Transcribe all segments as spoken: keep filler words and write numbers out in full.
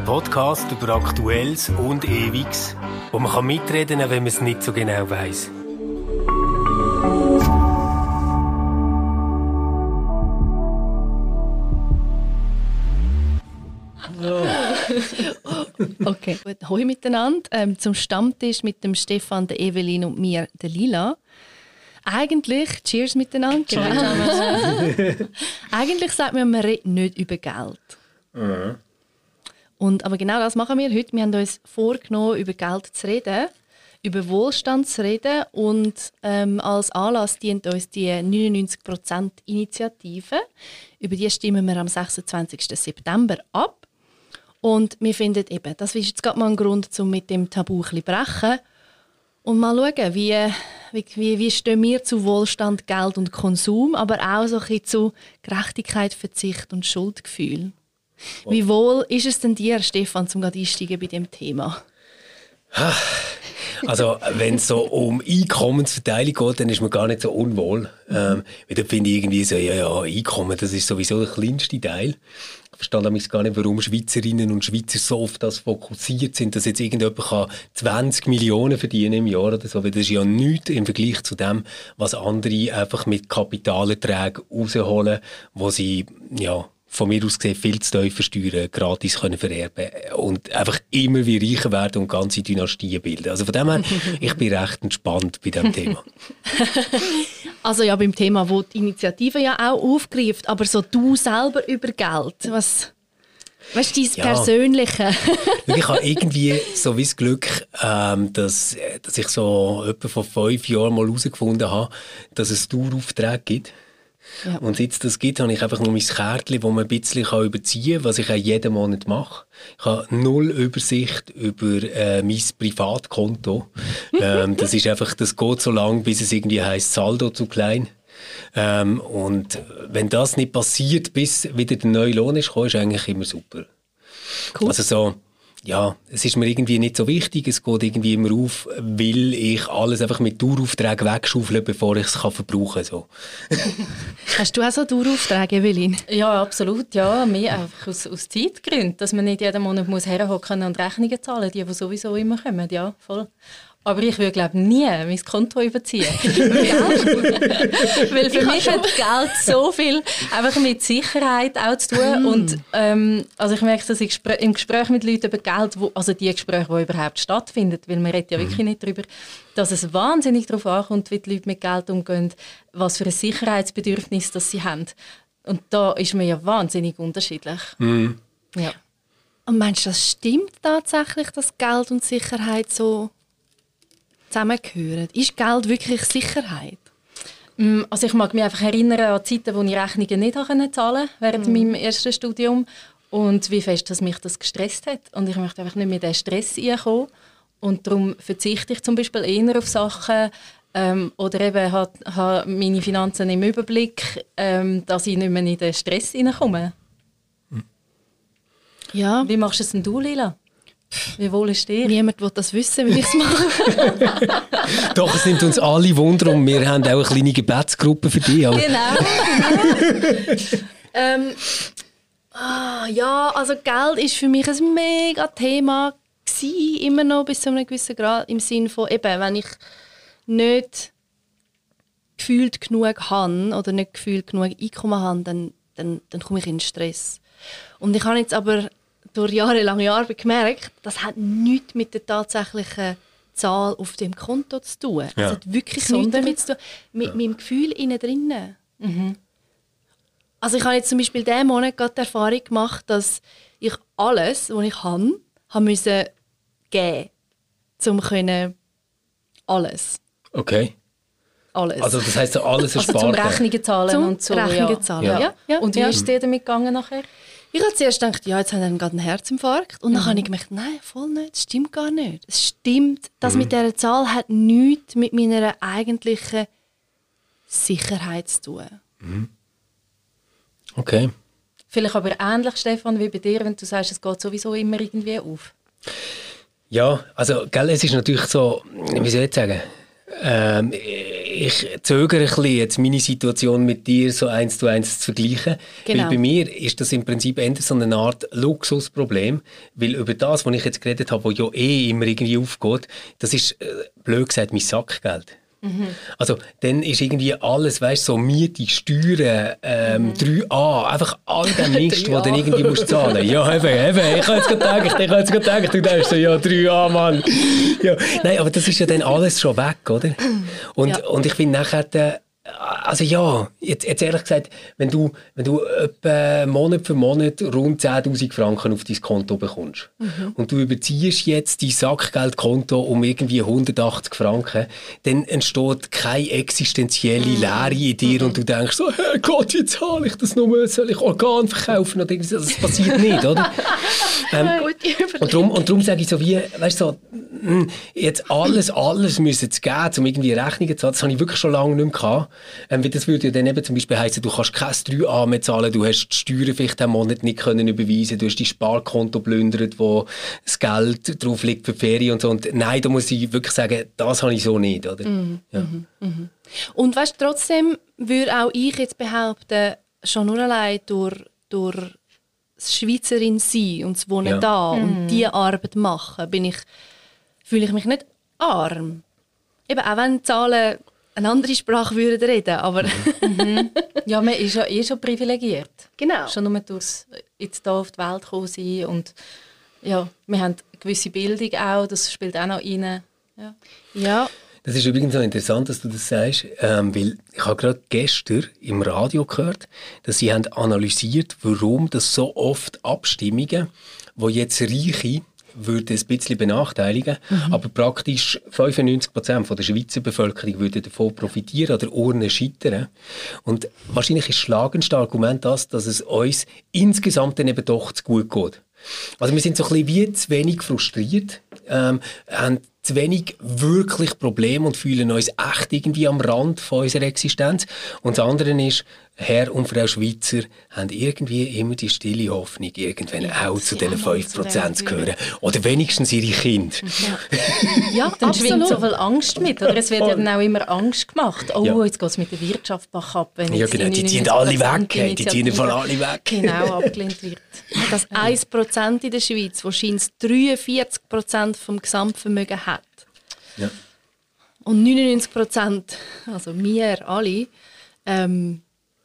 Podcast über Aktuelles und Ewiges, wo man kann mitreden kann, wenn man es nicht so genau weiss. Okay, gut. Hoi miteinander. Ähm, zum Stammtisch mit dem Stefan, der Evelyn und mir, der Lila. Eigentlich, cheers miteinander. Genau. Eigentlich sagt man, man redet nicht über Geld. Mhm. Und, aber genau das machen wir heute. Wir haben uns vorgenommen, über Geld zu reden, über Wohlstand zu reden. Und ähm, als Anlass dient uns die neunundneunzig Prozent Initiative. Über die stimmen wir am sechsundzwanzigsten September ab. Und wir finden eben, das ist jetzt gerade mal ein Grund, um mit dem Tabu ein bisschen zu brechen. Und mal schauen, wie, wie, wie stehen wir zu Wohlstand, Geld und Konsum, aber auch so ein bisschen zu Gerechtigkeit, Verzicht und Schuldgefühl. Oh. Wie wohl ist es denn dir, Stefan, zum gerade einsteigen bei diesem Thema? Also, wenn es so um Einkommensverteilung geht, dann ist man gar nicht so unwohl. Mhm. Ähm, da finde ich irgendwie so, ja, ja, Einkommen, das ist sowieso der kleinste Teil. Ich verstehe nämlich gar nicht, warum Schweizerinnen und Schweizer so oft das fokussiert sind, dass jetzt irgendjemand zwanzig Millionen verdienen im Jahr oder so, weil das ist ja nichts im Vergleich zu dem, was andere einfach mit Kapitalerträgen rausholen, wo sie, ja, von mir aus gesehen viel zu tiefe Steuern gratis können vererben und einfach immer wie reicher werden und ganze Dynastien bilden. Also von dem her, ich bin recht entspannt bei diesem Thema. Also ja, beim Thema, wo die Initiative ja auch aufgreift, aber so du selber über Geld, was, was ist dein ja. Persönliche? Ich habe irgendwie so wie das Glück, ähm, dass, dass ich so etwa vor fünf Jahren mal herausgefunden habe, dass es Daueraufträge gibt. Ja. Und seit es das gibt, habe ich einfach nur mein Kärtchen, das man ein bisschen überziehen kann, was ich auch jeden Monat mache. Ich habe null Übersicht über äh, mein Privatkonto. ähm, das ist einfach, das geht so lange, bis es irgendwie heisst, Saldo zu klein. Ähm, und wenn das nicht passiert, bis wieder der neue Lohn ist, ist eigentlich immer super. Cool. Also so, ja, es ist mir irgendwie nicht so wichtig, es geht irgendwie immer auf, weil ich alles einfach mit Daueraufträgen wegschaufle, bevor ich es verbrauchen kann. So. Hast du auch so Daueraufträge, Evelyn? Ja, absolut, ja. Mehr einfach aus, aus Zeitgründen, dass man nicht jeden Monat muss herhocken und Rechnungen zahlen, die, die sowieso immer kommen, ja, voll. Aber ich würde, glaube nie mein Konto überziehen. Weil für mich hat Geld so viel einfach mit Sicherheit auch zu tun. Mm. Und ähm, also ich merke, dass ich im Gespräch mit Leuten über Geld, wo, also die Gespräche, die überhaupt stattfinden, weil man redet ja wirklich mm. nicht darüber, dass es wahnsinnig darauf ankommt, wie die Leute mit Geld umgehen, was für ein Sicherheitsbedürfnis das sie haben. Und da ist man ja wahnsinnig unterschiedlich. Mm. Ja. Und meinst du, das stimmt tatsächlich, dass Geld und Sicherheit so zusammengehören? Ist Geld wirklich Sicherheit? Also ich mag mich einfach erinnern an Zeiten, wo ich Rechnungen nicht zahlen konnte während mm. meinem ersten Studium und wie fest dass mich das gestresst hat. Und ich möchte einfach nicht mehr in diesen Stress reinkommen. Und darum verzichte ich zum Beispiel eher auf Sachen ähm, oder eben habe ha meine Finanzen im Überblick, ähm, dass ich nicht mehr in den Stress reinkomme. Mm. Ja. Wie machst du es denn du, Lila? Wie wohl ist dir? Niemand will das wissen, wie ich es mache. Doch, es nimmt uns alle Wunder und wir haben auch eine kleine Gebetsgruppe für dich. Genau. genau. ähm, ah, ja, also Geld ist für mich ein mega Thema gewesen, immer noch bis zu einem gewissen Grad, im Sinne von, eben, wenn ich nicht gefühlt genug habe oder nicht gefühlt genug Einkommen habe, dann, dann, dann komme ich in Stress. Und ich habe jetzt aber durch jahrelange Arbeit gemerkt, das hat nichts mit der tatsächlichen Zahl auf dem Konto zu tun. Es ja. hat wirklich nichts damit zu tun, mit ja. meinem Gefühl innen drinnen. Mhm. Also ich habe jetzt zum Beispiel diesen Monat gerade die Erfahrung gemacht, dass ich alles, was ich habe, habe müssen geben, um können alles. Okay. Alles. Also das heisst, alles also zum Rechnungen zahlen zum und so. Rechnungen ja. zahlen, ja. ja. ja. Und wie ja. ist es dir damit gegangen nachher? Ich habe zuerst gedacht, ja, jetzt hat er gerade einen Herzinfarkt. Und mhm. dann habe ich gedacht, nein, voll nicht, das stimmt gar nicht. Es stimmt, das mhm. mit dieser Zahl hat nichts mit meiner eigentlichen Sicherheit zu tun. Mhm. Okay. Vielleicht aber ähnlich, Stefan, wie bei dir, wenn du sagst, es geht sowieso immer irgendwie auf. Ja, also, gell, es ist natürlich so, wie soll ich sagen, Ähm, ich zögere ein bisschen, jetzt meine Situation mit dir so eins zu eins zu vergleichen. Genau. Weil bei mir ist das im Prinzip eher so eine Art Luxusproblem. Weil über das, was ich jetzt geredet habe, was ja eh immer irgendwie aufgeht, das ist, äh, blöd gesagt, mein Sackgeld. Mhm. Also, dann ist irgendwie alles, weißt du, so Miete, Steuern, ähm, mhm. drei a, einfach all der Mist, den du dann irgendwie musst zahlen. Ja, eben, eben, ich habe jetzt gerade gedacht, ich habe jetzt gerade gedacht, du denkst so, ja, drei a, Mann. Ja. Nein, aber das ist ja dann alles schon weg, oder? Und, ja. und ich finde nachher, also ja, jetzt, jetzt ehrlich gesagt, wenn du, wenn du etwa Monat für Monat rund zehntausend Franken auf dein Konto bekommst mhm. und du überziehst jetzt dein Sackgeldkonto um irgendwie hundertachtzig Franken, dann entsteht keine existenzielle mhm. Leere in dir mhm. und du denkst so, hey Gott, jetzt zahle ich das nur, soll ich Organ verkaufen? Oder das passiert nicht, oder? ähm, und darum, und darum sage ich so wie, weißt du, so, jetzt alles, alles müssen zu geben, um irgendwie Rechnungen zu zahlen, das habe ich wirklich schon lange nicht mehr gehabt. Ähm, das würde ja dann eben zum Beispiel heissen, du kannst kein drei a mehr zahlen, du hast die Steuern vielleicht einen Monat nicht können überweisen, du hast dein Sparkonto plündert, wo das Geld drauf liegt für die Ferien und so. Und nein, da muss ich wirklich sagen, das habe ich so nicht, oder? Mm, ja. mm, mm. Und weißt, trotzdem würde auch ich jetzt behaupten, schon nur allein durch, durch das Schweizerin sein und das Wohnen ja. da mm. und diese Arbeit machen, bin ich, fühle ich mich nicht arm. Eben, auch wenn Zahlen eine andere Sprache würden reden, aber mhm. ja, man ist ja eh schon privilegiert. Genau. Schon nur durchs jetzt hier auf die Welt gekommen sein und ja, wir haben eine gewisse Bildung auch, das spielt auch noch rein. Ja. ja. Das ist übrigens so interessant, dass du das sagst, ähm, weil ich habe gerade gestern im Radio gehört, dass sie haben analysiert, warum das so oft Abstimmungen, wo jetzt Reiche würde es ein bisschen benachteiligen, mhm. aber praktisch fünfundneunzig Prozent der Schweizer Bevölkerung würde davon profitieren oder Urnen scheitern. Und wahrscheinlich ist das schlagendste Argument das, dass es uns insgesamt dann eben doch zu gut geht. Also wir sind so ein bisschen wie zu wenig frustriert, ähm, haben zu wenig wirklich Probleme und fühlen uns echt irgendwie am Rand von unserer Existenz. Und das andere ist, Herr und Frau Schweizer haben irgendwie immer die stille Hoffnung, irgendwann ja, auch zu diesen fünf Prozent zu gehören. Oder wenigstens ihre Kinder. Ja, ja dann absolut. Schwingt so viel Angst mit. Oder? Es wird ja dann auch immer Angst gemacht. Oh, ja. jetzt geht es mit der Wirtschaft ab. Wenn ja, genau. Die ziehen alle weg. Die ziehen voll alle weg. Genau, abgelehnt wird. Das ein Prozent in der Schweiz, wo scheint dreiundvierzig Prozent vom Gesamtvermögen hat. Ja. Und neunundneunzig Prozent, also wir alle, ähm,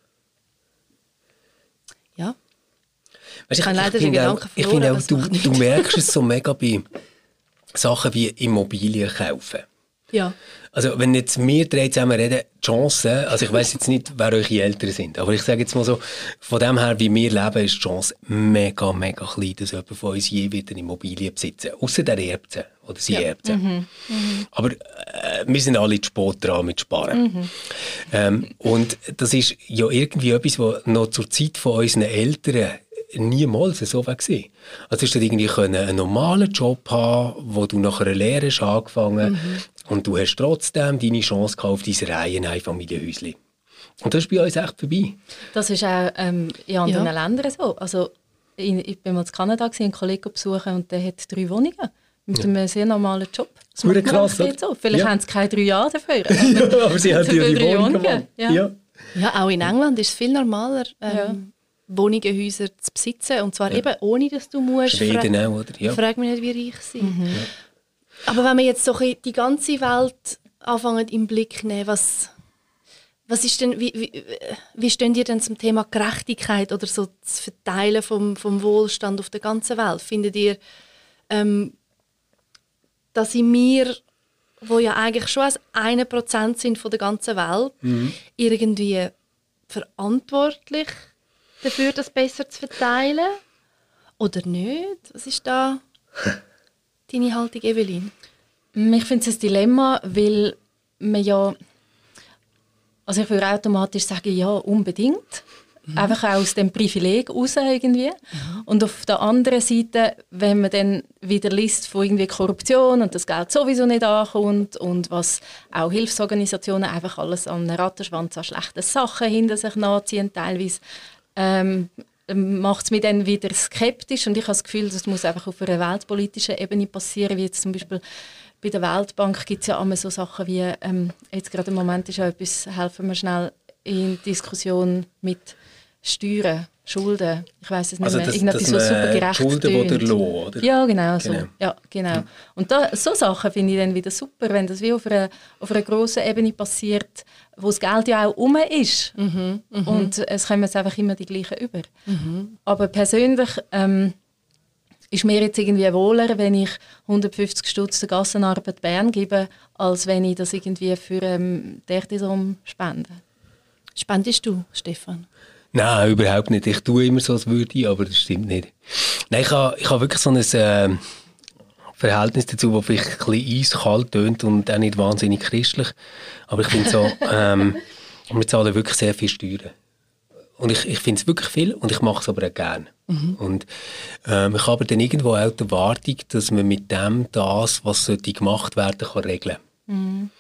ja. Weißt, ich kann leider den Gedanken verloren. Ich finde auch, du, du merkst es so mega bei Sachen wie Immobilien kaufen. Ja. Also wenn jetzt wir drei zusammen reden, die Chancen, also ich weiss jetzt nicht, wer eure Eltern sind, aber ich sage jetzt mal so, von dem her, wie wir leben, ist die Chance mega, mega klein, dass jemand von uns je wieder eine Immobilie besitzen. Ausser der erbt sie oder sie ja. erbt sie. Mhm. Mhm. Aber äh, wir sind alle zu spät dran mit Sparen. Mhm. Ähm, und das ist ja irgendwie etwas, was noch zur Zeit von unseren Eltern niemals so war. Also du hast irgendwie einen normalen Job haben, wo du nach einer Lehre hast angefangen mhm. und du hast trotzdem deine Chance gehabt auf diese Reihe Einfamilienhäuschen. Und das ist bei uns echt vorbei. Das ist auch ähm, in anderen ja. Ländern so. Also ich, ich bin mal in Kanada, einen Kollegen besuchen und der hat drei Wohnungen mit ja. einem sehr normalen Job. Das ist krass, so. Vielleicht ja. haben sie keine drei Jahre dafür. Aber, aber sie haben ja die Wohnungen. Wohnungen. Ja. Ja. ja, auch in England ist es viel normaler. Ähm, ja. Wohnungen, Häuser zu besitzen. Und zwar ja. eben ohne, dass du musst. Schweden auch, oder? Ja. Frag mich nicht, wie reich sie sind. Mhm. Ja. Aber wenn wir jetzt so die ganze Welt anfangen im Blick nehmen, was, was ist denn, wie, wie, wie stehen ihr denn zum Thema Gerechtigkeit oder so das Verteilen vom, vom Wohlstand auf der ganzen Welt? Findet ihr, ähm, dass in wir, wo ja eigentlich schon als ein Prozent sind von der ganzen Welt, mhm. irgendwie verantwortlich dafür, das besser zu verteilen? Oder nicht? Was ist da deine Haltung, Evelyn? Ich finde es ein Dilemma, weil man ja... Also ich würde automatisch sagen, ja, unbedingt. Mhm. Einfach auch aus dem Privileg raus irgendwie. Mhm. Und auf der anderen Seite, wenn man dann wieder liest von irgendwie Korruption und das Geld sowieso nicht ankommt und was auch Hilfsorganisationen einfach alles an einem Rattenschwanz an schlechten Sachen hinter sich nachziehen teilweise, ähm, macht es mich dann wieder skeptisch und ich habe das Gefühl, das muss einfach auf einer weltpolitischen Ebene passieren, wie jetzt zum Beispiel bei der Weltbank gibt es ja immer so Sachen wie, ähm, jetzt gerade im Moment ist ja etwas, helfen wir schnell in Diskussion mit Steuern, Schulden. Ich weiss es nicht also mehr. Das, Irgendetwas, das was super gerecht Schulden, die der Lohn, oder? Ja, genau, so. Genau. Ja, genau. Und da, so Sachen finde ich dann wieder super, wenn das wie auf einer, auf einer grossen Ebene passiert, wo das Geld ja auch rum ist. Mhm, mhm. Und es kommen jetzt einfach immer die gleichen über. Mhm. Aber persönlich ähm, ist mir jetzt irgendwie wohler, wenn ich hundertfünfzig Stutz der Gassenarbeit Bern gebe, als wenn ich das irgendwie für ähm, Dächtisum spende. Spendest du, Stefan? Nein, überhaupt nicht. Ich tue immer so, als würde ich, aber das stimmt nicht. Nein, ich habe, ich habe wirklich so ein äh, Verhältnis dazu, das vielleicht ein bisschen eiskalt tönt und auch nicht wahnsinnig christlich. Aber ich finde so, ähm, wir zahlen wirklich sehr viel Steuern. Und ich, ich finde es wirklich viel und ich mache es aber auch gerne. Mhm. Und ähm, ich habe dann irgendwo auch die Erwartung, dass man mit dem das, was sollte gemacht werden, kann regeln kann. Mhm.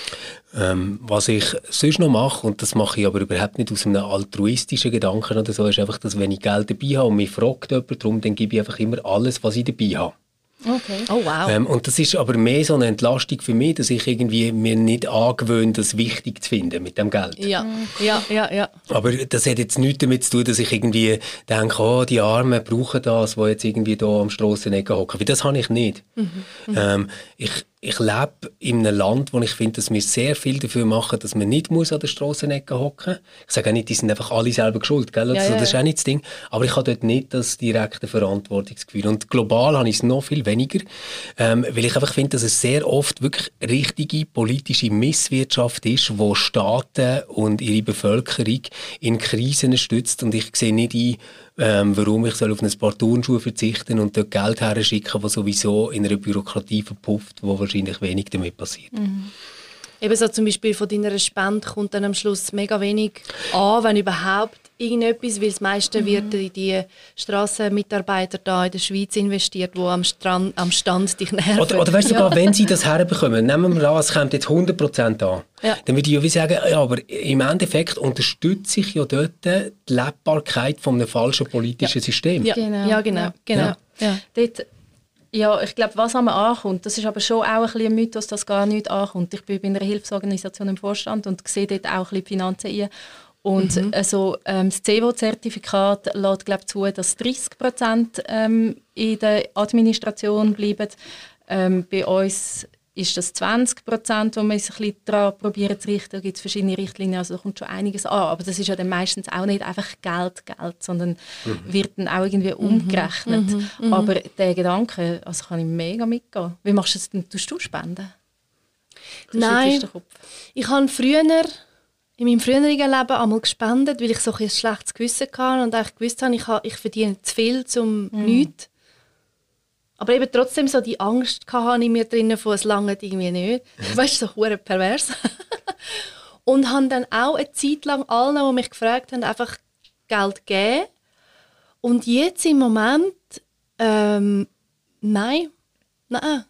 Ähm, was ich sonst noch mache, und das mache ich aber überhaupt nicht aus einem altruistischen Gedanken oder so, ist einfach, dass wenn ich Geld dabei habe und mich fragt jemand darum, dann gebe ich einfach immer alles, was ich dabei habe. Okay. Oh wow. Ähm, und das ist aber mehr so eine Entlastung für mich, dass ich irgendwie mir nicht angewöhne, das wichtig zu finden mit dem Geld. Ja, ja, ja, ja. Aber das hat jetzt nichts damit zu tun, dass ich irgendwie denke, oh, die Armen brauchen das, die jetzt irgendwie da am Strassenecke hocken. Weil das habe ich nicht. Mhm. Ähm, ich Ich lebe in einem Land, wo ich finde, dass wir sehr viel dafür machen, dass man nicht muss an der Strassenecke hocken muss. Ich sage auch nicht, die sind einfach alle selber schuld, gell? Ja, Also, ja, das ist auch nicht das Ding. Aber ich habe dort nicht das direkte Verantwortungsgefühl. Und global habe ich es noch viel weniger, ähm, weil ich einfach finde, dass es sehr oft wirklich richtige politische Misswirtschaft ist, wo Staaten und ihre Bevölkerung in Krisen stützt. Und ich sehe nicht ein, Ähm, warum ich soll auf ein paar Turnschuhe verzichten und dort Geld herschicken, das sowieso in einer Bürokratie verpufft, wo wahrscheinlich wenig damit passiert. Mhm. Eben so zum Beispiel von deiner Spende kommt dann am Schluss mega wenig an, wenn überhaupt irgendetwas, weil das meiste mhm. wird in die Strassenmitarbeiter da in der Schweiz investiert, die am, Strand, am Stand dich nerven. Oder, oder weißt du, sogar, ja. wenn sie das herbekommen, nehmen wir an, es kommt jetzt hundert Prozent an, ja. dann würde ich ja wie sagen, ja, aber im Endeffekt unterstütze ich ja dort die Lebbarkeit von einem falschen politischen ja. System. Ja, genau. Ja, genau. genau. Ja. Ja. Dort, ja, ich glaube, was einmal ankommt, das ist aber schon auch ein bisschen ein Mythos, dass gar nichts ankommt. Ich bin bei einer Hilfsorganisation im Vorstand und sehe dort auch ein bisschen die Finanzen ein. Und mhm. also, ähm, das C E V Z-Zertifikat lässt, glaube ich, zu, dass dreißig Prozent ähm, in der Administration bleiben. Ähm, bei uns ist das zwanzig Prozent, wo wir uns ein bisschen daran probieren zu richten. Da gibt es verschiedene Richtlinien, also da kommt schon einiges an. Aber das ist ja dann meistens auch nicht einfach Geld, Geld, sondern mhm. wird dann auch irgendwie umgerechnet. Mhm. Mhm. Aber der Gedanke, also kann ich mega mitgehen. Wie machst du das denn? Tust du spenden? Du Nein, ich habe früher... in meinem früheren Leben einmal gespendet, weil ich so ein schlechtes Gewissen hatte und eigentlich gewusst habe, ich, habe, ich verdiene zu viel zum mm. nichts. Aber eben trotzdem so die Angst hatte ich mir drinnen von, es langt irgendwie nicht. Mm. Weißt du, so hure pervers. Und habe dann auch eine Zeit lang allen, die mich gefragt haben, einfach Geld gegeben. Und jetzt im Moment, ähm, nein, nein.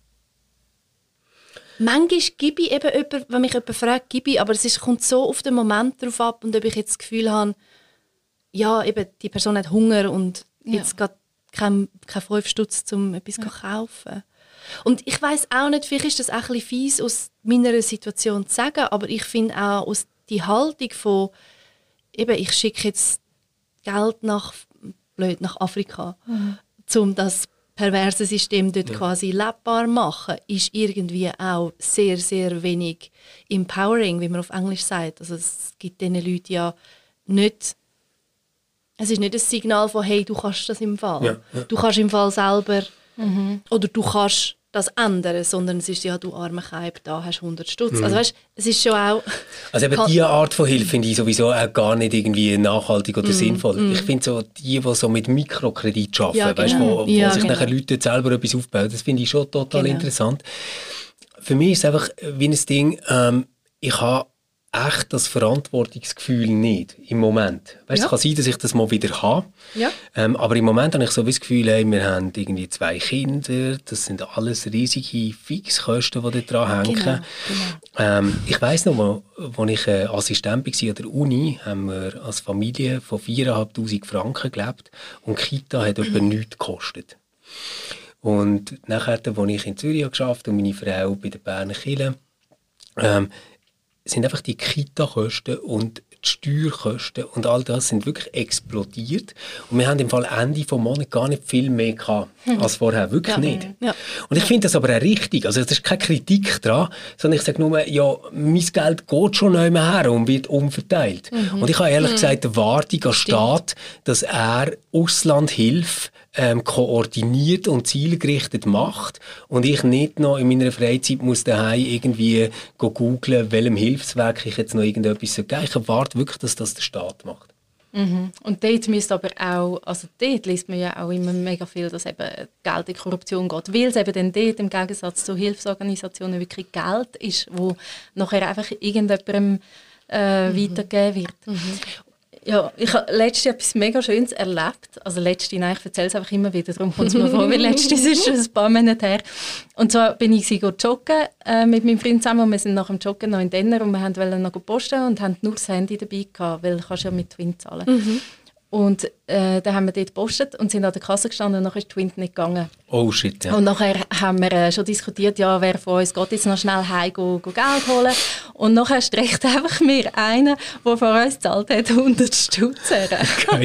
Manchmal gebe ich eben jemanden, wenn mich jemand fragt, gebe ich, aber es ist, kommt so auf den Moment drauf ab und ob ich jetzt das Gefühl habe, ja, eben, die Person hat Hunger und ja. jetzt geht kein, kein fünf Stutz, um etwas zu ja. kaufen. Und ich weiss auch nicht, vielleicht ist das auch ein bisschen fies aus meiner Situation zu sagen, aber ich finde auch aus die Haltung von, eben, ich schicke jetzt Geld nach, blöd, nach Afrika, mhm. um das perverse System dort ja. quasi lebbar machen, ist irgendwie auch sehr, sehr wenig empowering, wie man auf Englisch sagt. Also es gibt diesen Leuten ja nicht, es ist nicht ein Signal von, hey, du kannst das im Fall. Ja. Ja. Du kannst im Fall selber mhm. oder du kannst das ändern, sondern es ist ja, du arme Keib, da hast du hundert Stutz. Mhm. Also weißt, es ist schon auch... Also eben diese Art von Hilfe finde ich sowieso auch gar nicht irgendwie nachhaltig oder mm, sinnvoll. Mm. Ich finde so, die, die so mit Mikrokredit arbeiten, ja, genau. weißt, wo, wo ja, sich genau. nachher Leute selber etwas aufbauen, das finde ich schon total genau. interessant. Für mich ist es einfach wie ein Ding, ähm, ich habe echt das Verantwortungsgefühl nicht im Moment. Weißt, ja. Es kann sein, dass ich das mal wieder habe, ja. ähm, aber im Moment habe ich so das Gefühl, hey, wir haben irgendwie zwei Kinder, das sind alles riesige Fixkosten, die da dran hängen. Genau, genau. Ähm, ich weiss noch mal, als ich äh, Assistent war an der Uni, haben wir als Familie von viertausendfünfhundert Franken gelebt und Kita hat etwa nichts gekostet. Und nachher, als ich in Zürich gearbeitet habe und meine Frau bei der Berner Kirche, ähm, sind einfach die Kita-Kosten und die Steuerkosten und all das sind wirklich explodiert. Und wir haben im Fall Ende des Monats gar nicht viel mehr gehabt als vorher. Wirklich ja. nicht. Ja. Und ich finde das aber auch richtig. Also das ist keine Kritik daran, sondern ich sage nur, ja, mein Geld geht schon nicht mehr her und wird umverteilt. Mhm. Und ich habe ehrlich mhm. gesagt die Erwartung an Staat, dass er Auslandhilfe ähm, koordiniert und zielgerichtet macht und ich nicht noch in meiner Freizeit muss daheim irgendwie googeln, welchem Hilfswerk ich jetzt noch irgendetwas geben soll. Ich erwarte wirklich, dass das der Staat macht. Mhm. Und dort müsste aber auch, also dort liest man ja auch immer mega viel, dass eben Geld in Korruption geht, weil es eben dann dort im Gegensatz zu Hilfsorganisationen wirklich Geld ist, wo nachher einfach irgendjemandem äh, mhm. weitergegeben wird. Mhm. Ja, ich habe letztens etwas mega Schönes erlebt. Also letztens, nein, ich erzähle es einfach immer wieder, darum kommt es mir vor, weil letztens ist schon ein paar Monate her. Und zwar bin ich joggen äh, mit meinem Freund zusammen und wir sind nach dem Joggen noch in Denner und wir wollten noch posten und haben nur das Handy dabei gehabt, weil du kannst ja mit Twint zahlen. Mhm. Und äh, dann haben wir dort gepostet und sind an der Kasse gestanden und nachher ist Twint nicht gegangen. Oh shit, ja. Und nachher haben wir äh, schon diskutiert, ja, wer von uns geht jetzt noch schnell heim go, go Geld holen. Und nachher streckt einfach mir einer, der von uns gezahlt hat, hundert Stutz her. Geil.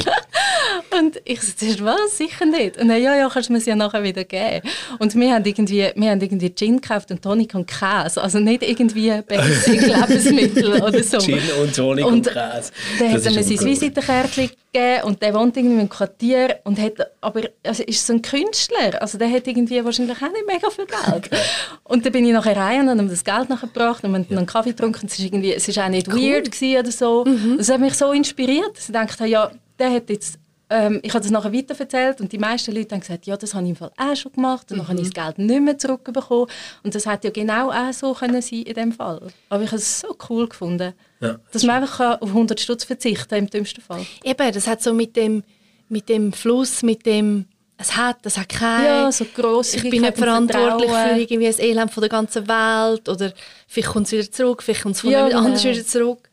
Und ich sagte, was? Sicher nicht. Und dann, ja, ja, kannst du mir sie ja nachher wieder geben. Und wir haben irgendwie, wir haben irgendwie Gin gekauft und Tonic und Käse. Also nicht irgendwie Basic Lebensmittel oder so. Gin und Tonic und, und Käse. Dann hat er mir sein Visitenkärtchen gegeben und der wohnt irgendwie im Quartier und hat, aber also ist so ein Künstler, also der hat irgendwie wahrscheinlich auch nicht mega viel Geld. Okay. Und dann bin ich nachher rein und habe ihm das Geld nachher gebracht und wir haben ja. einen Kaffee getrunken. Es war irgendwie, es ist auch nicht cool. weird gewesen oder so. Mhm. Das hat mich so inspiriert, dass ich dachte, ja, der hat jetzt, ähm, ich habe das nachher weiterverzählt und die meisten Leute haben gesagt, ja, das habe ich im Fall auch schon gemacht und mhm. dann habe ich das Geld nicht mehr zurückbekommen. Und das hätte ja genau auch so können sein in dem Fall. Aber ich habe es so cool gefunden, ja. dass man einfach auf hundert Stutz verzichten kann, im dümmsten Fall. Eben, das hat so mit dem, mit dem Fluss, mit dem es hat, das hat kein... Ja, so Grossigkeit. Ich bin nicht verantwortlich für irgendwie das Elend von der ganzen Welt oder vielleicht kommt es wieder zurück, vielleicht kommt es von ja, jemand anders wieder zurück.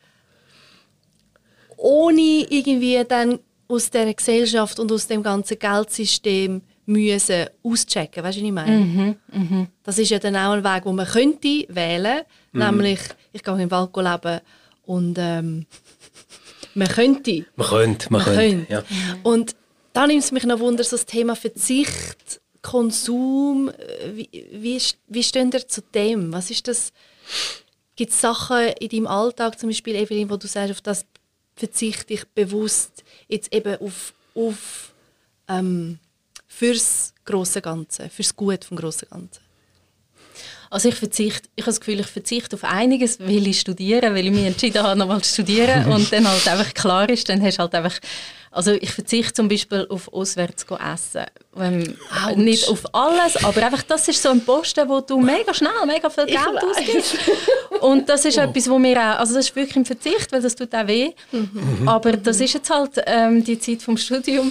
Ohne irgendwie dann aus dieser Gesellschaft und aus dem ganzen Geldsystem müssen auschecken, weißt du, was ich meine? Mhm, mh. Das ist ja dann auch ein Weg, den man könnte wählen, mhm. nämlich ich gehe im Wald leben und ähm, man könnte. Man könnte, man, man könnte, ja. Und da nimmt es mich noch Wunder, so das Thema Verzicht, Konsum, wie, wie, wie stehen ihr zu dem? Was ist das? Gibt es Sachen in deinem Alltag, zum Beispiel, Evelyn, wo du sagst, auf das verzichte ich bewusst jetzt eben auf, auf ähm, fürs grosse Ganze, fürs Gute vom grossen Ganzen? Also ich verzichte, ich habe das Gefühl, ich verzichte auf einiges, weil ich studiere, weil ich mich entschieden habe, nochmal zu studieren und dann halt einfach klar ist, dann hast du halt einfach, also ich verzichte zum Beispiel auf auswärts zu essen. Ähm, nicht auf alles, aber einfach das ist so ein Posten, wo du mega schnell, mega viel Geld ausgibst. Und das ist oh. etwas, wo mir auch, also das ist wirklich ein Verzicht, weil das tut auch weh. Mhm. Aber das ist jetzt halt ähm, die Zeit vom Studium.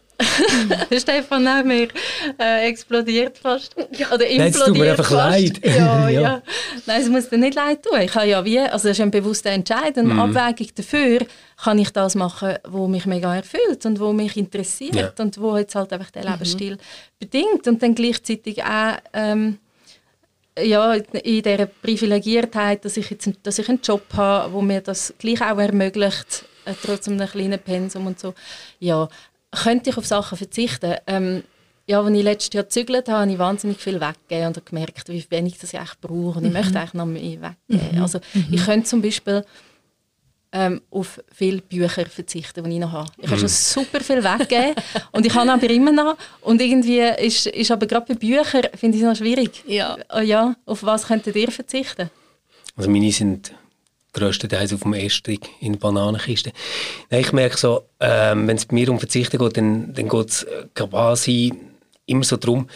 Stefan auch mehr äh, explodiert fast. Oder implodiert. Nein, es tut mir einfach fast. leid. Ja, ja. Ja. Nein, es muss dir nicht leid tun. Ich habe ja wie, also das ist ein bewusster Entscheid, eine mm. Abwägung dafür, kann ich das machen, was mich mega erfüllt und was mich interessiert ja. und wo jetzt halt einfach der Lebensstil mhm. bedingt. Und dann gleichzeitig auch ähm, ja, in dieser Privilegiertheit, dass ich, jetzt, dass ich einen Job habe, wo mir das gleich auch ermöglicht, äh, trotz einem kleinen Pensum und so. Ja, könnte ich auf Sachen verzichten. Ähm, ja, als ich letztes Jahr gezügelt habe, habe ich wahnsinnig viel weggegeben und habe gemerkt, wie wenig das ich eigentlich brauche. Und ich mhm. möchte eigentlich noch mehr weggeben. Mhm. Also, mhm. ich könnte zum Beispiel ähm, auf viele Bücher verzichten, die ich noch habe. Ich habe schon super viel weggegeben und ich habe aber immer noch. Und irgendwie ist, ist aber gerade bei Büchern, finde ich es noch schwierig. Ja. Oh ja, auf was könntet ihr verzichten? Also meine sind grösstenteils auf dem Estrich in der Bananenkiste. Nein, ich merke so, ähm, wenn es bei mir um Verzichten geht, dann, dann geht es quasi immer so darum,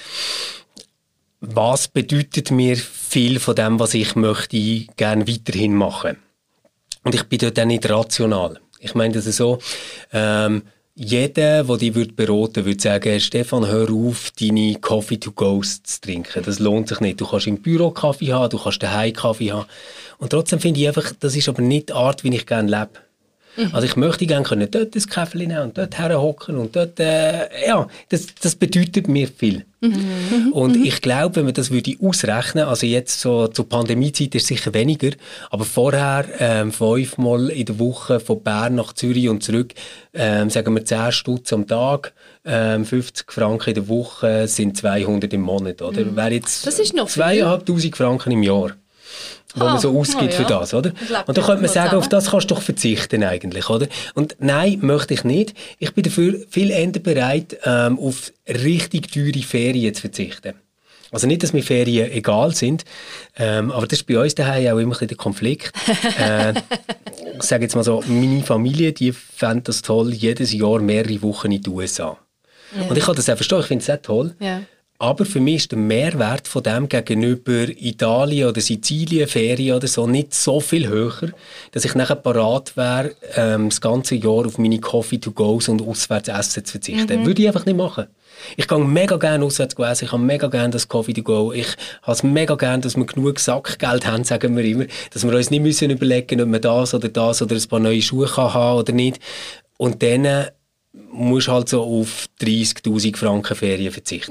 was bedeutet mir viel von dem, was ich möchte gerne weiterhin machen. Und ich bin dort auch nicht rational. Ich meine das so, ähm, jeder, der dich beraten würde, würde sagen, Stefan, hör auf, deine Coffee to go zu trinken. Das lohnt sich nicht. Du kannst im Büro Kaffee haben, du kannst daheim Kaffee haben. Und trotzdem finde ich einfach, das ist aber nicht die Art, wie ich gerne lebe. Mhm. Also ich möchte gerne können dort ein Käferchen nehmen und dort herhocken und dort, äh, ja, das, das bedeutet mir viel. Mhm. Und mhm. ich glaube, wenn man das würde ausrechnen, also jetzt so zur Pandemiezeit ist es sicher weniger, aber vorher ähm, fünfmal in der Woche von Bern nach Zürich und zurück, ähm, sagen wir zehn Stutz am Tag, ähm, fünfzig Franken in der Woche sind zweihundert im Monat, oder? Mhm. Wäre jetzt das ist noch zweitausendfünfhundert Franken im Jahr, wo ah, man so ausgibt oh ja. für das, oder? Und da könnte man sagen, auf das kannst du doch verzichten eigentlich, oder? Und nein, möchte ich nicht. Ich bin dafür viel eher bereit, ähm, auf richtig teure Ferien zu verzichten. Also nicht, dass mir Ferien egal sind, ähm, aber das ist bei uns daheim auch immer ein bisschen der Konflikt. äh, ich sage jetzt mal so, meine Familie, die fände das toll, jedes Jahr mehrere Wochen in die U S A. Ja. Und ich kann das auch verstehen, ich finde es auch toll. Ja. Aber für mich ist der Mehrwert von dem gegenüber Italien oder Sizilien, Ferien oder so nicht so viel höher, dass ich nachher parat wäre, ähm, das ganze Jahr auf meine Coffee-to-goes und Auswärtsessen zu verzichten. Mhm. Würde ich einfach nicht machen. Ich gehe mega gerne auswärts essen, ich habe mega gerne das Coffee-to-go, ich habe es mega gerne, dass wir genug Sackgeld haben, sagen wir immer, dass wir uns nicht müssen überlegen, ob wir das oder das oder ein paar neue Schuhe kann haben oder nicht. Und dann musst halt so auf dreissigtausend Franken Ferien verzichten.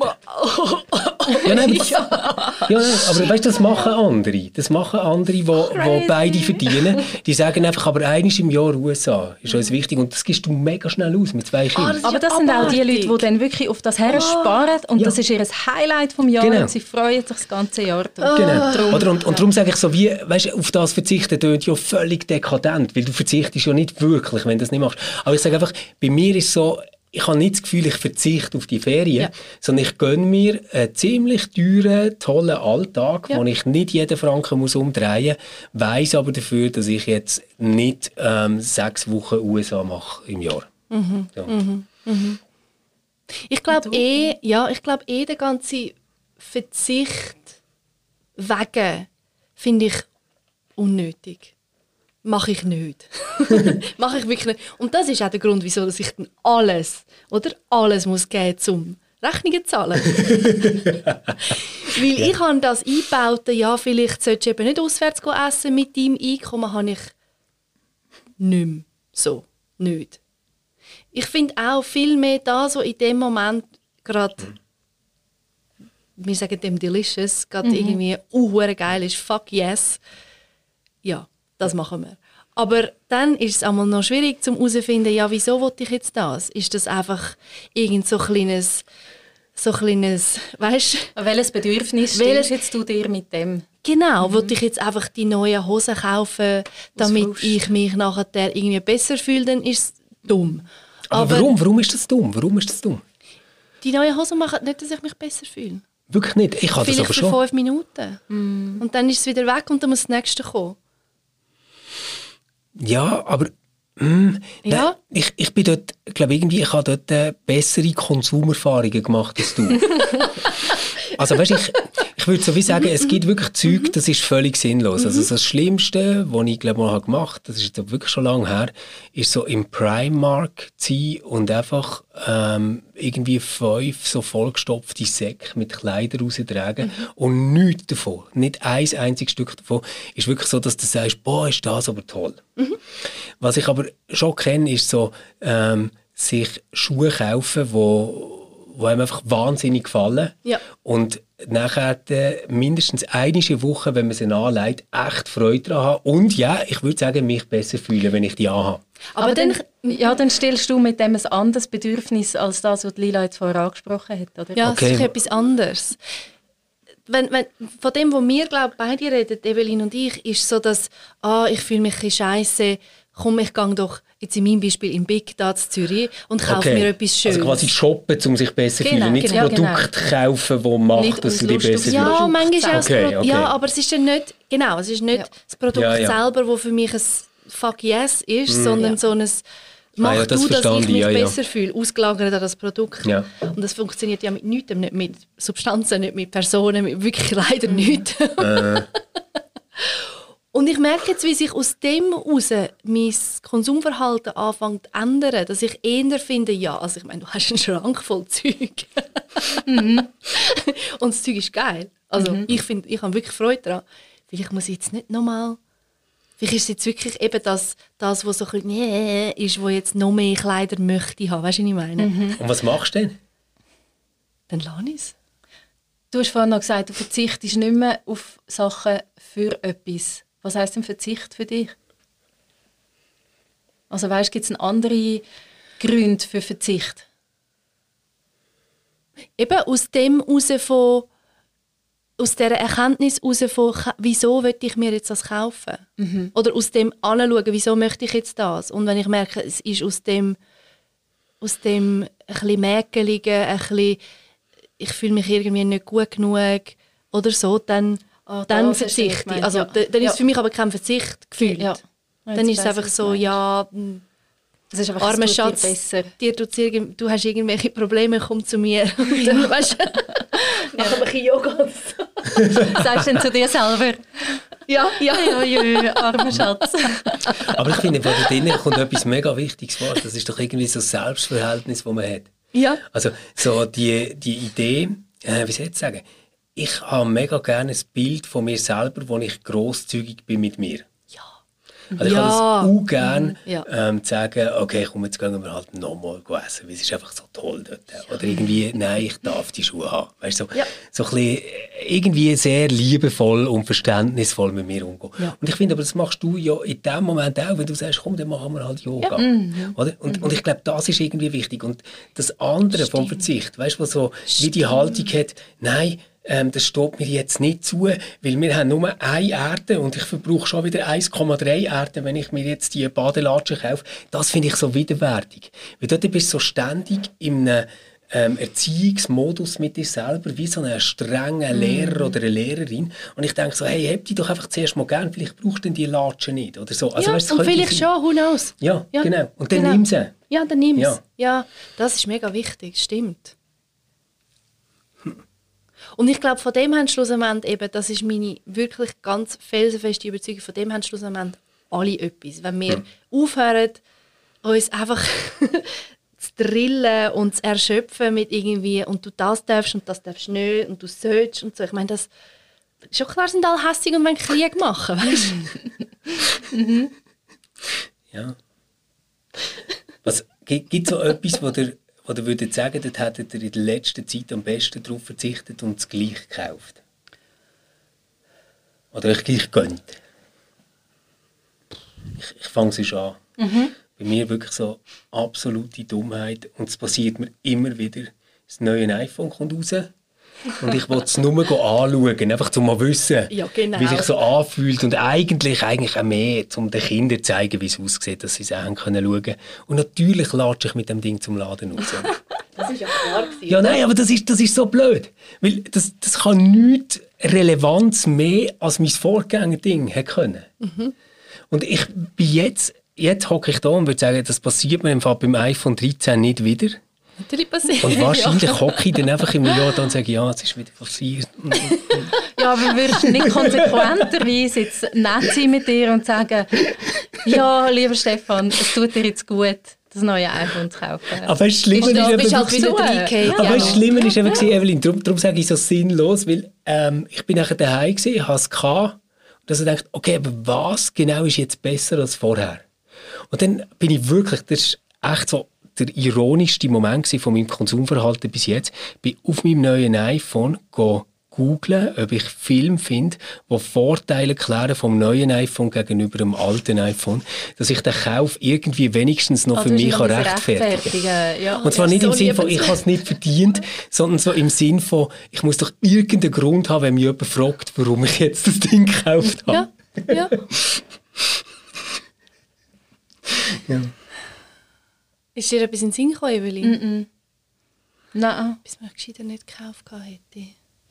ja, nein, ja. ja, aber weißt du, das machen andere. Das machen andere, die wo, wo beide verdienen. Die sagen einfach, aber eines im Jahr U S A ist uns wichtig und das gibst du mega schnell aus mit zwei Kindern. Oh, das aber das sind auch die Leute, die dann wirklich auf das her sparen und ja. das ist ihr Highlight vom Jahr genau. und sie freuen sich das ganze Jahr drauf. Genau. Drum, Oder und, und darum sage ich so, wie, weißt, auf das verzichten tönt ja völlig dekadent, weil du verzichtest ja nicht wirklich, wenn du das nicht machst. Aber ich sage einfach, bei mir ist so, ich habe nicht das Gefühl, ich verzichte auf die Ferien, ja. sondern ich gönne mir einen ziemlich teuren, tollen Alltag, ja. wo ich nicht jeden Franken muss umdrehen muss, weiss aber dafür, dass ich jetzt nicht ähm, sechs Wochen U S A mache im Jahr. Mhm. Ja. Mhm. Mhm. Ich glaube eh, ja, ich glaube eh, der ganze Verzicht wegen finde ich unnötig. Mache ich nicht. Mache ich wirklich nicht. Und das ist auch der Grund, wieso dass ich dann alles, oder alles muss geben, um Rechnungen zu zahlen. Weil ja. ich habe das eingebaut, ja, vielleicht solltest du eben nicht auswärts essen mit deinem Einkommen, habe ich nicht mehr so. Nicht. Ich finde auch viel mehr da, so in dem Moment gerade, mhm. wir sagen dem Delicious, gerade mhm. irgendwie uh, geil ist, fuck yes. Ja. Das machen wir. Aber dann ist es einmal noch schwierig, um herauszufinden, ja, wieso will ich jetzt das? Ist das einfach irgend so kleines, so kleines, weißt du? Welches Bedürfnis welches jetzt du dir mit dem? Genau, mhm. will ich jetzt einfach die neuen Hosen kaufen, damit ich mich nachher irgendwie besser fühle, dann ist es dumm. Aber, Aber warum? Warum ist das dumm? Warum ist das dumm? Die neuen Hosen machen nicht, dass ich mich besser fühle. Wirklich nicht? Ich habe das aber schon. Vielleicht für fünf Minuten. Mm. Und dann ist es wieder weg und dann muss das nächste kommen. Ja, aber mm, ja? Nein, ich, ich bin dort, glaube irgendwie, ich habe dort äh, bessere Konsumerfahrungen gemacht als du. Also weißt, ich, ich würde so wie sagen, es gibt wirklich Zeug, das ist völlig sinnlos. Also das Schlimmste, was ich glaube mal gemacht habe, das ist jetzt wirklich schon lange her, ist so im Primark zu sein und einfach ähm, irgendwie fünf so vollgestopfte Säcke mit Kleidern raustragen mhm. und nichts davon, nicht ein einziges Stück davon, ist wirklich so, dass du sagst, boah, ist das aber toll. Mhm. Was ich aber schon kenne, ist so, ähm, sich Schuhe kaufen, wo die einem einfach wahnsinnig gefallen. Ja. Und nachher mindestens eine Woche, wenn man sie anlegt, echt Freude daran haben. Und ja, ich würde sagen, mich besser fühlen, wenn ich die anhabe. Aber, Aber dann, ja, dann stellst du mit dem ein anderes Bedürfnis als das, was Lila jetzt vorher angesprochen hat, oder? Ja, okay. es ist etwas anderes. Wenn, wenn, von dem, was wir glaub, beide reden, Evelyn und ich, ist so, dass ah, ich fühle mich ein bisschen scheisse, komm, ich gehe doch jetzt in meinem Beispiel im Big da in Zürich und kaufe okay. mir etwas Schönes. Also quasi shoppen, um sich besser zu genau, fühlen. Nicht genau, das Produkt genau. kaufen, das macht, nicht dass du dich besser fühlst. Ja, manchmal auch okay, Pro- okay. ja, aber es ist ja nicht, genau, es ist nicht ja. das Produkt ja, ja. selber, das für mich ein Fuck yes ist, mm. sondern ja. so ein mach ah, ja, das du, dass ich mich ja, ja. besser fühle, ausgelagert an das Produkt. Ja. Und das funktioniert ja mit nichts, nicht mit Substanzen, nicht mit Personen, mit wirklich leider nichts. Äh. Und ich merke jetzt, wie sich aus dem heraus mein Konsumverhalten anfängt zu ändern, dass ich eher finde, ja, also ich meine, du hast einen Schrank voll Zeug. mhm. Und das Zeug ist geil. Also mhm. ich finde, ich habe wirklich Freude daran. Vielleicht muss ich jetzt nicht nochmal Vielleicht ist es jetzt wirklich eben das, das was so ein bisschen nee, ist, wo jetzt noch mehr Kleider möchte haben. Weißt du, was ich meine? Mhm. Und was machst du denn? Dann lass es. Du hast vorhin noch gesagt, du verzichtest nicht mehr auf Sachen für etwas. Was heisst denn Verzicht für dich? Also weißt, gibt es andere Gründe für Verzicht? Eben aus dem heraus von aus dieser Erkenntnis heraus von, wieso will ich mir jetzt das kaufen? Mhm. Oder aus dem anschauen, wieso möchte ich jetzt das? Und wenn ich merke, es ist aus dem, aus dem ein bisschen Mäkeligen, ein bisschen, ich fühle mich irgendwie nicht gut genug oder so, dann, oh, dann verzichte ich. Also, ja. Dann ist es ja. für mich aber kein Verzicht gefühlt. Ja. Dann ist es einfach so, ja... Das ist einfach, armer Schatz, dir besser. Dir tut's irgend, du hast irgendwelche Probleme, komm zu mir. Und dann, weißt du, mach ein bisschen Yoga. Sagst du denn zu dir selber? Ja, ja. Ja, ja, ja, armer Schatz. Aber ich finde, von da drinnen kommt etwas mega Wichtiges vor. Das ist doch irgendwie so ein Selbstverhältnis, das man hat. Ja. Also so die, die Idee, äh, wie soll ich sagen, ich habe mega gerne ein Bild von mir selber, wo ich grosszügig bin mit mir. Also ich ja. kann das auch gerne ja. ähm, sagen, okay, komm, jetzt gehen wir halt nochmal essen, weil es ist einfach so toll dort. Oder irgendwie, nein, ich darf die Schuhe haben. Weißt, so, ja. so ein bisschen, irgendwie sehr liebevoll und verständnisvoll mit mir umgehen. Ja. Und ich finde, aber das machst du ja in dem Moment auch, wenn du sagst, komm, dann machen wir halt Yoga. Ja. Mhm. Oder? Und, mhm. und ich glaube, das ist irgendwie wichtig. Und das andere Stimmt. vom Verzicht, weißt du, was so wie die Haltung hat, nein, Ähm, das steht mir jetzt nicht zu, weil wir haben nur eine Erde und ich verbrauche schon wieder eins Komma drei Erden, wenn ich mir jetzt die Badelatschen kaufe. Das finde ich so widerwärtig. Weil dort bist du so ständig in einem ähm, Erziehungsmodus mit dir selber, wie so ein strenger Lehrer mm. oder eine Lehrerin. Und ich denke so, hey, hab die doch einfach zuerst mal gern, vielleicht brauchst du die Latschen nicht. Oder so. Also, ja, weißt, und vielleicht schon, who knows. Ja, ja, genau. Und dann genau. nimm sie. Ja, dann nimm ja. ja, das ist mega wichtig, stimmt. Und ich glaube, von dem haben schlussendlich eben, das ist meine wirklich ganz felsenfeste Überzeugung, von dem haben schlussendlich alle etwas. Wenn wir ja. aufhören, uns einfach zu drillen und zu erschöpfen mit irgendwie und du das darfst und das darfst nicht und du sollst und so. Ich meine, das schon klar sind alle hässig und wollen Krieg machen, weißt du? mhm. Ja. Was, gibt es so etwas, wo der Oder würdet ihr sagen, dort hättet ihr in der letzten Zeit am besten darauf verzichtet und es gleich gekauft? Oder euch gleich gönnt? Ich, ich fange es schon an. Mhm. Bei mir wirklich so absolute Dummheit. Und es passiert mir immer wieder. Das neue iPhone kommt raus. Und ich wollte es nur anschauen, einfach um mal wissen, ja, genau. wie es sich so anfühlt. Und eigentlich, eigentlich auch mehr, um den Kindern zu zeigen, wie es aussieht, dass sie es auch schauen können. Und natürlich latsche ich mit dem Ding zum Laden raus. Das ist ja klar gewesen. Ja, nein, aber das ist, das ist so blöd. Weil das, das kann nichts Relevanz mehr als mein Vorgänger-Ding können. Mhm. Und ich bin jetzt, jetzt hocke ich da und würde sagen, das passiert mir im Fall beim iPhone dreizehn nicht wieder. Natürlich passiert. Und wahrscheinlich ja. hocke ich dann einfach im Jahr und sage, ja, es ist wieder passiert. Ja, aber würdest du nicht konsequenterweise jetzt nett sein mit dir und sagen, ja, lieber Stefan, es tut dir jetzt gut, das neue iPhone zu kaufen. Aber das Schlimme ist, ist, ist halt wieder drei K. Aber das Schlimme ist eben, Evelyn, darum, darum sage ich so sinnlos, weil ähm, ich bin nachher daheim gewesen, ich hatte es gehabt, und dass ich dachte, okay, aber was genau ist jetzt besser als vorher? Und dann bin ich wirklich, das ist echt so der ironischste Moment von meinem Konsumverhalten bis jetzt, bin auf meinem neuen iPhone googeln, ob ich Filme finde, die Vorteile klären vom neuen iPhone gegenüber dem alten iPhone, dass ich den Kauf irgendwie wenigstens noch also für mich kann rechtfertigen kann. Ja. Und zwar ja, nicht im so Sinn von, ich habe es nicht verdient, sondern so im Sinn von, ich muss doch irgendeinen Grund haben, wenn mich jemand fragt, warum ich jetzt das Ding gekauft habe. Ja, ja. ja. Ist dir etwas in den Sinn gekommen, Evelyn? Mm -mm. Nein. Bis man gescheiter nicht gekauft hätte.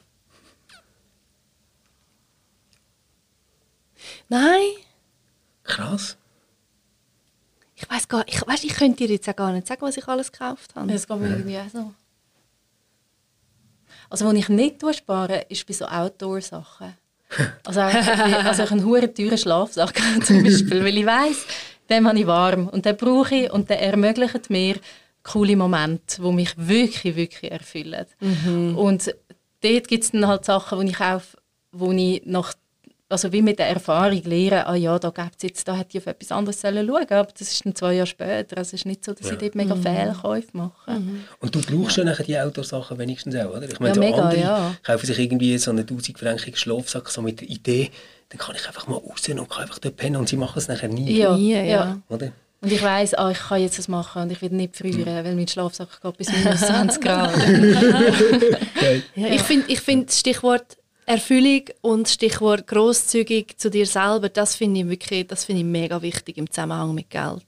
Nein. Krass. Ich weiss gar ich, weiss, ich könnte dir jetzt auch gar nicht sagen, was ich alles gekauft habe. Das geht mir irgendwie auch so. Also, wo ich nicht spare, ist bei so Outdoor-Sachen. Also, also ich einen huere teuren Schlafsack zum Beispiel, weil ich weiss, den habe ich warm und den brauche ich und der ermöglicht mir coole Momente, die mich wirklich, wirklich erfüllen. Mhm. Und dort gibt es dann halt Sachen, die ich kaufe, wo ich nach also wie mit der Erfahrung lernen, ah ja, da gibt's jetzt, da hätte ich auf etwas anderes schauen sollen, aber das ist dann zwei Jahre später. Also es ist nicht so, dass ja. ich dort mega mhm. Fehlkäufe mache. Mhm. Und du brauchst ja nachher die Outdoor-Sachen wenigstens auch, oder? Ich meine, ja, so mega, andere ja. kaufen sich irgendwie so einen tausend-frankigen Schlafsack so mit der Idee, dann kann ich einfach mal raus und kann einfach dort pennen und sie machen es nachher nie. Ja, ja. ja. Oder? Und ich weiss, ah, ich kann jetzt das machen und ich will nicht frieren, mhm. weil mein Schlafsack geht bis minus zwanzig Grad. Okay. Ja, ich finde ich find das Stichwort Erfüllung und Stichwort grosszügig zu dir selber, das finde ich wirklich, das finde ich mega wichtig im Zusammenhang mit Geld.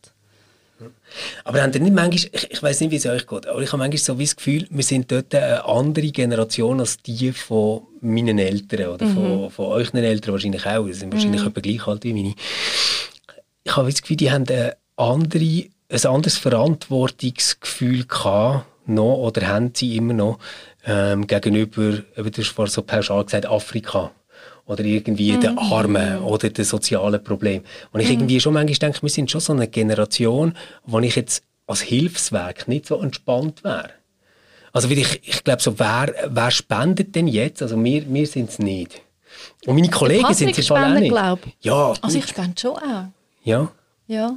Aber habt ihr nicht manchmal, ich, ich weiss nicht, wie es euch geht, aber ich habe manchmal so wie das Gefühl, wir sind dort eine andere Generation als die von meinen Eltern oder mhm. von, von euren Eltern wahrscheinlich auch. Die sind wahrscheinlich mhm. etwa gleich alt wie meine. Ich habe das Gefühl, die haben eine andere, ein anderes Verantwortungsgefühl gehabt, noch, oder haben sie immer noch, ähm, gegenüber, du hast vorhin so pauschal gesagt, Afrika. Oder irgendwie mhm. den Armen oder den sozialen Problemen. Und ich mhm. irgendwie schon manchmal denke, wir sind schon so eine Generation, wo ich jetzt als Hilfswerk nicht so entspannt wäre. Also weil ich, ich glaube, so, wer, wer spendet denn jetzt? Also wir, wir sind es nicht. Und meine Kollegen sind es auch nicht. Glaub. Ja. Also ich spende schon auch. Ja. Ja.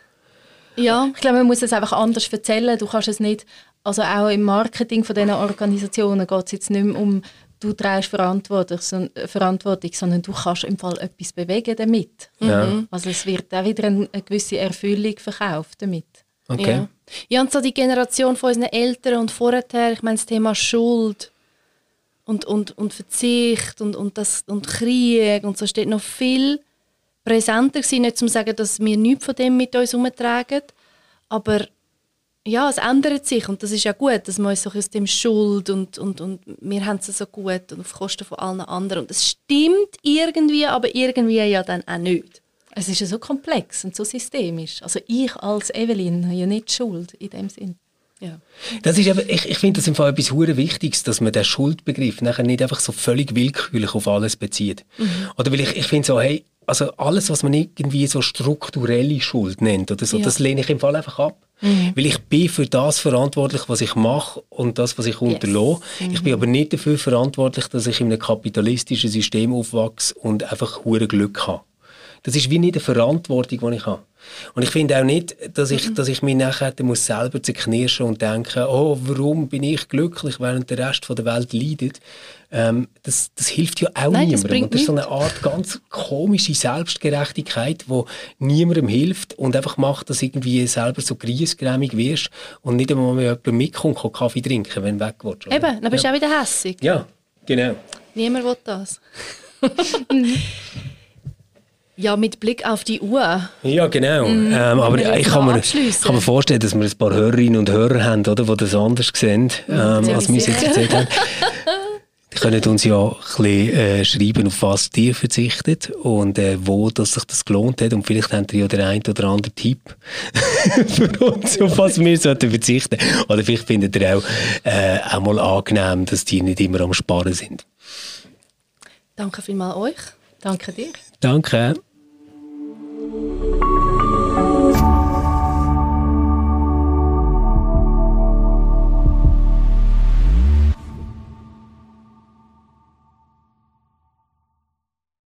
Ja, ich glaube, man muss es einfach anders erzählen. Du kannst es nicht, also auch im Marketing von diesen Organisationen geht es jetzt nicht mehr um, du trägst Verantwortung, sondern du kannst im Fall etwas bewegen damit. Ja. Also es wird auch wieder eine gewisse Erfüllung verkauft damit. Okay. Ja. Ja, und so die Generation von unseren Eltern und vorher, ich meine das Thema Schuld und, und, und Verzicht und, und, das, und Krieg und so steht noch viel präsenter gewesen, nicht zu sagen, dass wir nichts von dem mit uns herumtragen, aber ja, es ändert sich und das ist ja gut, dass man uns so aus dem Schuld und, und, und wir haben es so gut und auf Kosten von allen anderen und es stimmt irgendwie, aber irgendwie ja dann auch nicht. Es ist ja so komplex und so systemisch. Also ich als Evelyn habe ja nicht Schuld in dem Sinn. Ja. Das ist eben, ich, ich finde das im Fall etwas hure Wichtiges, dass man den Schuldbegriff nachher nicht einfach so völlig willkürlich auf alles bezieht. Mhm. Oder weil ich, ich finde so, hey, also alles, was man irgendwie so strukturelle Schuld nennt oder so, ja. das lehne ich im Fall einfach ab. Mhm. Weil ich bin für das verantwortlich, was ich mache und das, was ich unterlasse. Yes. Mhm. Ich bin aber nicht dafür verantwortlich, dass ich in einem kapitalistischen System aufwachse und einfach hure Glück habe. Das ist wie nicht eine Verantwortung, die ich habe. Und ich finde auch nicht, dass ich, mhm. dass ich mich nachher muss selber zerknirschen und denken, oh, warum bin ich glücklich, während der Rest der Welt leidet. Ähm, das, das hilft ja auch Nein, niemandem. Das, das ist so eine Art ganz komische Selbstgerechtigkeit, die niemandem hilft und einfach macht, dass du irgendwie selber so griesgrämig wirst und nicht einmal mit jemandem mitkommt und Kaffee trinken, wenn du weg willst. Oder? Eben, dann bist du ja. auch wieder hässig. Ja, genau. Niemand will das. Ja, mit Blick auf die Uhr. Ja, genau. Mm, ähm, aber ich kann, mir, kann mir vorstellen, dass wir ein paar Hörerinnen und Hörer haben, oder, die das anders sehen, ähm, ja, als wir es jetzt erzählt haben. Die können uns ja ein bisschen äh, schreiben, auf was ihr verzichtet und äh, wo dass sich das gelohnt hat. Und vielleicht habt ihr ja den einen oder anderen Tipp für uns, auf was wir sollten verzichten. Oder vielleicht findet ihr auch, äh, auch mal angenehm, dass die nicht immer am Sparen sind. Danke vielmals euch. Danke dir. Danke.